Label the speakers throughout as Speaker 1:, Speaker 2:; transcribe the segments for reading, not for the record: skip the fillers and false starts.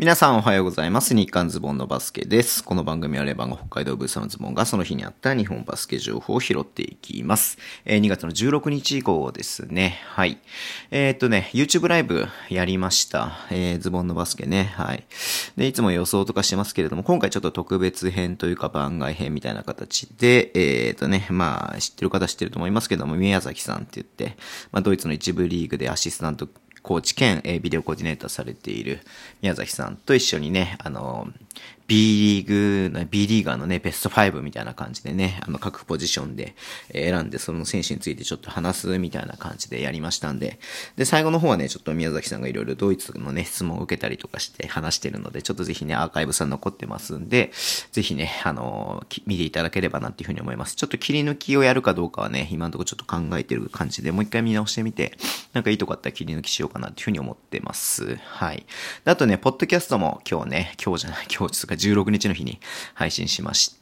Speaker 1: 皆さんおはようございます。日刊ズボンのバスケです。この番組はレバンが北海道ブースのズボンがその日にあった日本バスケ情報を拾っていきます。2月の16日号ですね。はい。YouTube ライブやりました。ズボンのバスケね。はい。で、いつも予想とかしてますけれども、今回ちょっと特別編というか番外編みたいな形で、知ってる方知ってると思いますけども、宮崎さんって言って、ドイツの一部リーグでアシスタントコーチ兼、ビデオコーディネーターされている宮崎さんと一緒にね、B リーガーのね、ベスト5みたいな感じでね、各ポジションで選んで、その選手についてちょっと話すみたいな感じでやりましたんで、で、最後の方はね、ちょっと宮崎さんがいろいろドイツのね、質問を受けたりとかして話してるので、ちょっとぜひね、アーカイブさん残ってますんで、ぜひね、見ていただければなっていうふうに思います。ちょっと切り抜きをやるかどうかはね、今のところちょっと考えてる感じで、もう一回見直してみて、なんかいいとこあったら切り抜きしようかなっていうふうに思ってます。はい。であとね、ポッドキャストも今日16日の日に配信しました。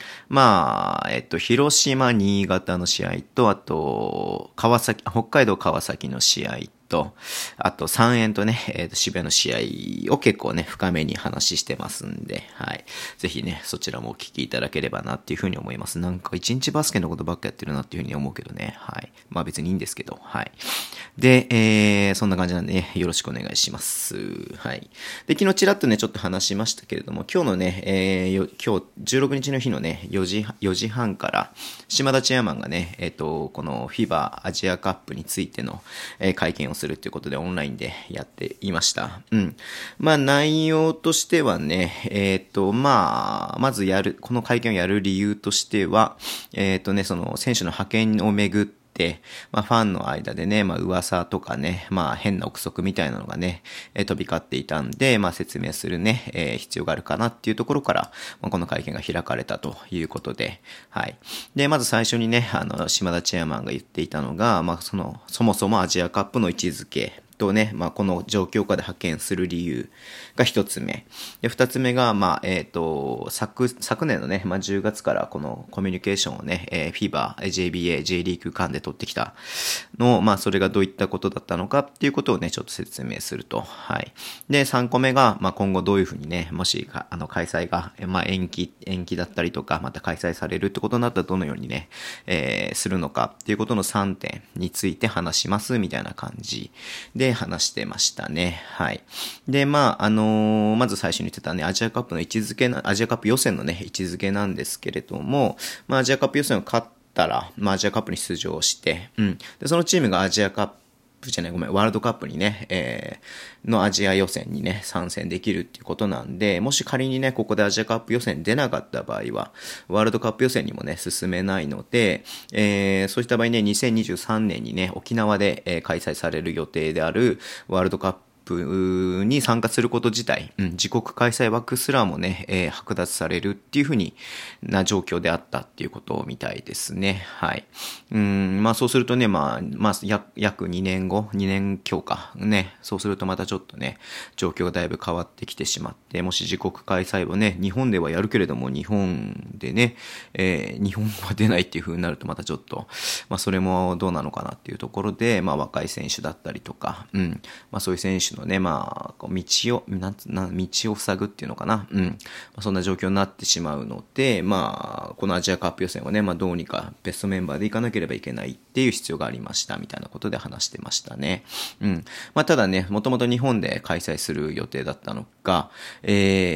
Speaker 1: 広島、新潟の試合と、あと、北海道川崎の試合と、あと3円とね、渋谷の試合を結構ね、深めに話してますんで、はい。ぜひね、そちらもお聞きいただければなっていうふうに思います。なんか一日バスケのことばっかやってるなっていうふうに思うけどね、はい。まあ別にいいんですけど、はい。で、そんな感じなんでね、よろしくお願いします。はい。で、昨日ちらっとね、ちょっと話しましたけれども、今日のね、今日16日の日のね、4時半から、島田チェアマンがね、この FIBA アジアカップについての、会見をするということでオンラインでやっていました。まあ内容としてはね、まずこの会見をやる理由としては、その選手の派遣をめぐって、ファンの間でね、噂とかね、変な憶測みたいなのがね、飛び交っていたんで、説明するね、必要があるかなっていうところから、この会見が開かれたということで、はい。で、まず最初にね、島田チェアマンが言っていたのが、そもそもアジアカップの位置づけ、とね、この状況下で派遣する理由が一つ目。で、二つ目が、昨年のね、10月からこのコミュニケーションをね、FIBA、JBA、J リーグ間で取ってきたのを、それがどういったことだったのかっていうことをね、ちょっと説明すると。はい。で、三個目が、今後どういうふうにね、もし、開催が、延期だったりとか、また開催されるってことになったらどのようにね、するのかっていうことの3点について話します、みたいな感じで話してましたね。はい。で、まず最初に言ってたね、アジアカップ予選のね、位置づけなんですけれども、アジアカップ予選を勝ったら、アジアカップに出場して、で、そのチームがワールドカップにね、のアジア予選にね、参戦できるっていうことなんで、もし仮にね、ここでアジアカップ予選出なかった場合は、ワールドカップ予選にもね、進めないので、そうした場合ね、2023年にね、沖縄で、開催される予定であるワールドカップに参加すること自体、自国開催枠すらもね、剥奪されるっていうふうな状況であったっていうことみたいですね。はい。そうするとね、約2年後、2年強か。ね。そうするとまたちょっとね、状況がだいぶ変わってきてしまって、もし自国開催をね、日本ではやるけれども、日本でね、日本は出ないっていう風になるとまたちょっと、それもどうなのかなっていうところで、若い選手だったりとか、そういう選手のね、道を塞ぐっていうのかな。そんな状況になってしまうので、このアジアカップ予選はね、どうにかベストメンバーでいかなければいけないっていう必要がありました、みたいなことで話してましたね。ただね、もともと日本で開催する予定だったのが、カタ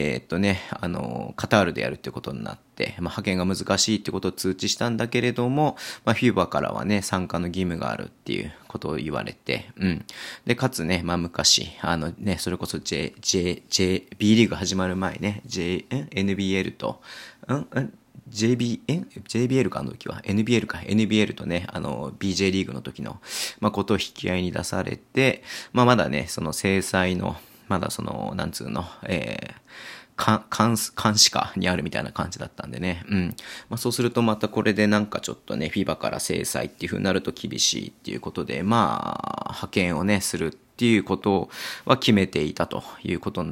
Speaker 1: ールでやるってことになって、派遣が難しいってことを通知したんだけれども、FIBA からはね、参加の義務があるっていうことを言われて、で、かつね、昔、それこそB リーグ始まる前ね、NBL と、JBL かあの時は NBL とねBJ リーグの時のことを引き合いに出されてまだねその制裁のまだそのなんつうの監視下にあるみたいな感じだったんでね。そうするとまたこれでなんかちょっとね、FIBA から制裁っていう風になると厳しいっていうことで、派遣をね、するっていうことは決めていたということになって、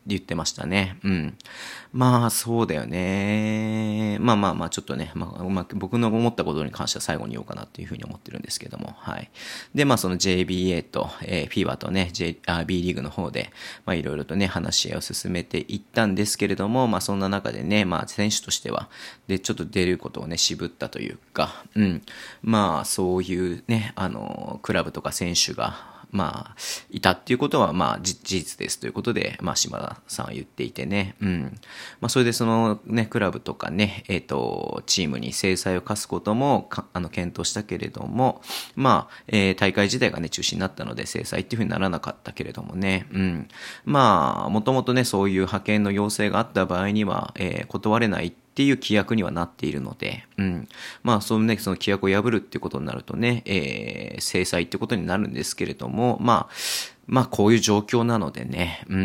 Speaker 1: 言ってましたね。うん。まあ、そうだよね。まあまあまあ、ちょっとね、僕の思ったことに関しては最後に言おうかなっていうふうに思ってるんですけども、はい。で、まあ、その JBA と、FIBA とね、B リーグの方で、まあ、いろいろとね、話し合いを進めていったんですけれども、まあ、そんな中でね、まあ、選手としては、で、ちょっと出ることをね、渋ったというか、うん。まあ、そういうね、クラブとか選手が、まあ、いたっていうことは、まあ、事実ですということで、まあ、島田さんは言っていてね。うん。まあ、それでそのね、クラブとかね、チームに制裁を科すことも、検討したけれども、まあ、大会自体がね、中止になったので、制裁っていうふうにならなかったけれどもね。うん。まあ、もともとね、そういう派遣の要請があった場合には、断れないっていう規約にはなっているので、うん。まあ、そのね、その規約を破るっていうことになるとね、制裁ってことになるんですけれども、まあ、こういう状況なのでね、うん、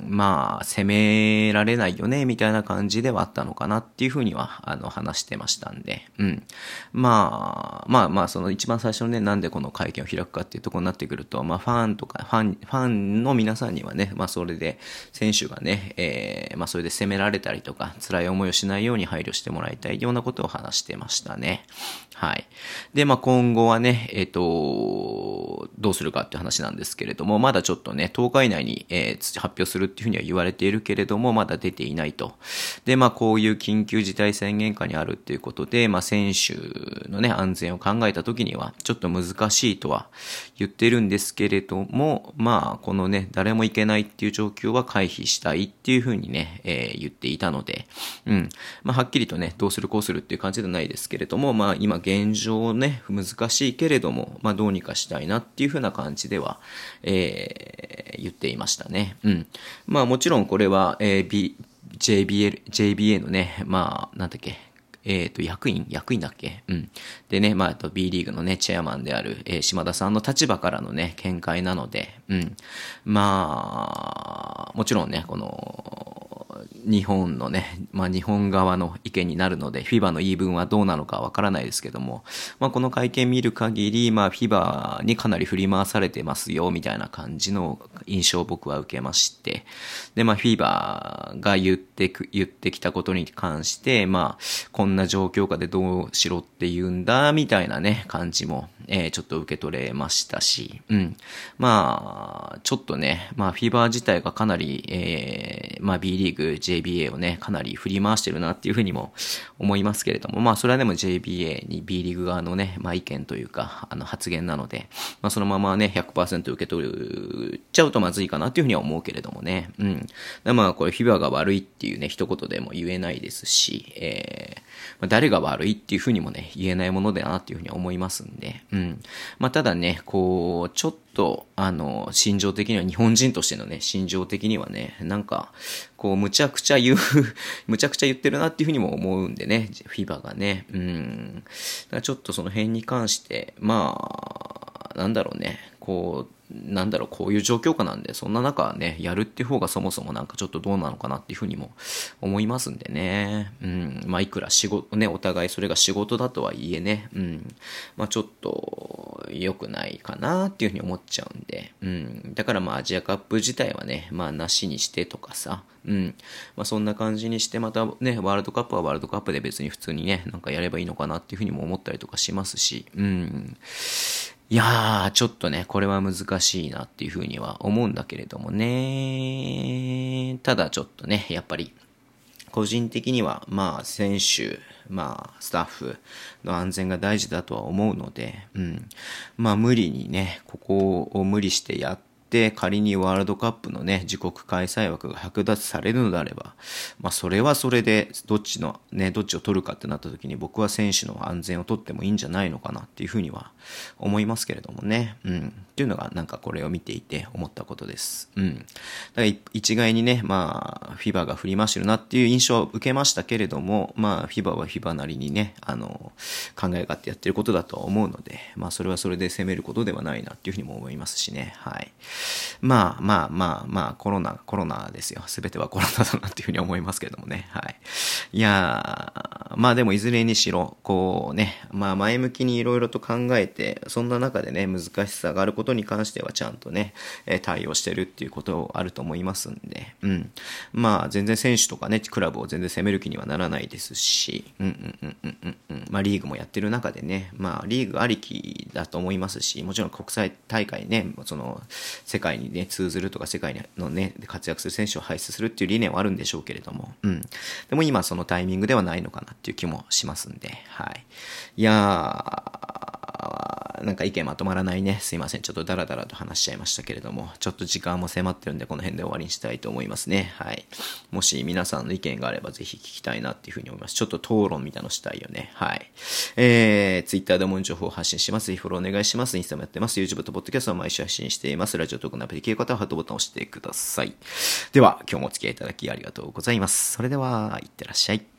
Speaker 1: まあ、責められないよね、みたいな感じではあったのかなっていうふうには、話してましたんで、うん。まあ、その一番最初のね、なんでこの会見を開くかっていうところになってくると、まあ、ファンの皆さんにはね、まあ、それで、選手がね、まあ、それで責められたりとか、辛い思いをしないように配慮してもらいたいようなことを話してましたね。はい。で、まあ、今後はね、どうするかっていう話なんですけれども、まだちょっとね、10日以内に、発表するっていうふうには言われているけれども、まだ出ていないと。で、まあ、こういう緊急事態宣言下にあるっていうことで、まあ、選手のね、安全を考えたときには、ちょっと難しいとは言ってるんですけれども、まあ、このね、誰も行けないっていう状況は回避したいっていうふうにね、言っていたので、うん。まあ、はっきりとね、どうするこうするっていう感じではないですけれども、まあ、今現状ね、難しいけれども、まあ、どうにかしたいなっていうふうな感じでは、言っていましたね。うん。まあ、もちろんこれは、JBA のね、まあ、なんだっけ、役員だっけ。うん。でね、まあ、B リーグのね、チェアマンである、島田さんの立場からのね、見解なので、うん。まあ、もちろんね、この、日本のね、まあ日本側の意見になるので、FIBA の言い分はどうなのかわからないですけども、まあこの会見見る限り、まあ FIBA にかなり振り回されてますよ、みたいな感じの印象を僕は受けまして、で、まあ FIBA が言ってきたことに関して、まあ、こんな状況下でどうしろって言うんだ、みたいなね、感じも、ちょっと受け取れましたし、うん。まあ、ちょっとね、まあ FIBA 自体がかなり、まあ B リーグ、JBA をね、かなり振り回してるなっていうふうにも思いますけれども、まあそれはでも JBA に B リーグ側のね、まあ意見というか、発言なので、まあそのままね、100% 受け取っちゃうとまずいかなっていうふうには思うけれどもね、うん。まあこれ FIBA が悪いっていうね、一言でも言えないですし、まあ、誰が悪いっていうふうにもね、言えないものだなっていうふうには思いますんで、うん。まあただね、こう、ちょっと、心情的には、日本人としてのね、心情的にはね、なんか、こう、むちゃくちゃ言ってるなっていうふうにも思うんでね、FIBA がね、うん。だからちょっとその辺に関して、まあ、なんだろうね、こういう状況下なんで、そんな中ね、やるっていう方がそもそもなんかちょっとどうなのかなっていうふうにも思いますんでね。うん。まあ、いくら仕事、ね、お互いそれが仕事だとはいえね、うん。まあ、ちょっと良くないかなっていうふうに思っちゃうんで、うん。だからまあ、アジアカップ自体はね、まあ、なしにしてとかさ、うん。まあ、そんな感じにして、またね、ワールドカップはワールドカップで別に普通にね、なんかやればいいのかなっていうふうにも思ったりとかしますし、うん。いやー、ちょっとね、これは難しいなっていうふうには思うんだけれどもね。ただちょっとね、やっぱり、個人的には、まあ、選手、まあ、スタッフの安全が大事だとは思うので、うん。まあ、無理にね、ここを無理してやって、仮にワールドカップのね、自国開催枠が剥奪されるのであれば、まあそれはそれでどっちを取るかってなった時に僕は選手の安全を取ってもいいんじゃないのかなっていうふうには思いますけれどもね。うん。っていうのがなんかこれを見ていて思ったことです。うん。だから一概にね、まあ FIBA が振り回してるなっていう印象を受けましたけれども、まあ FIBA は FIBA なりにね、考えがあってやってることだとは思うので、まあそれはそれで責めることではないなっていうふうにも思いますしね。はい。 コロナですよ。すべてはコロナだなっていうふうに思いますけどもね。はい。いやー、でもいずれにしろ、こうね、前向きにいろいろと考えて、そんな中でね、難しさがあることに関してはちゃんとね、対応してるっていうことあると思いますんで、全然選手とかね、クラブを全然責める気にはならないですし、リーグもやってる中でね、リーグありきだと思いますし、もちろん国際大会ね、その、世界にね、通ずるとか世界のね、活躍する選手を輩出するっていう理念はあるんでしょうけれども、でも今そのタイミングではないのかなっていう気もしますんで、はい。いやー、なんか意見まとまらないね。すいません。ちょっとダラダラと話しちゃいましたけれども、ちょっと時間も迫ってるんで、この辺で終わりにしたいと思いますね。はい。もし皆さんの意見があればぜひ聞きたいなっていうふうに思います。ちょっと討論みたいなのしたいよね。はい。Twitter でも情報を発信します。ぜひフォローお願いします。インスタもやってます。YouTube と Podcast を毎週発信しています。ラジオトークのアプリ聞く方はハートボタンを押してください。では、今日もお付き合いいただきありがとうございます。それでは、いってらっしゃい。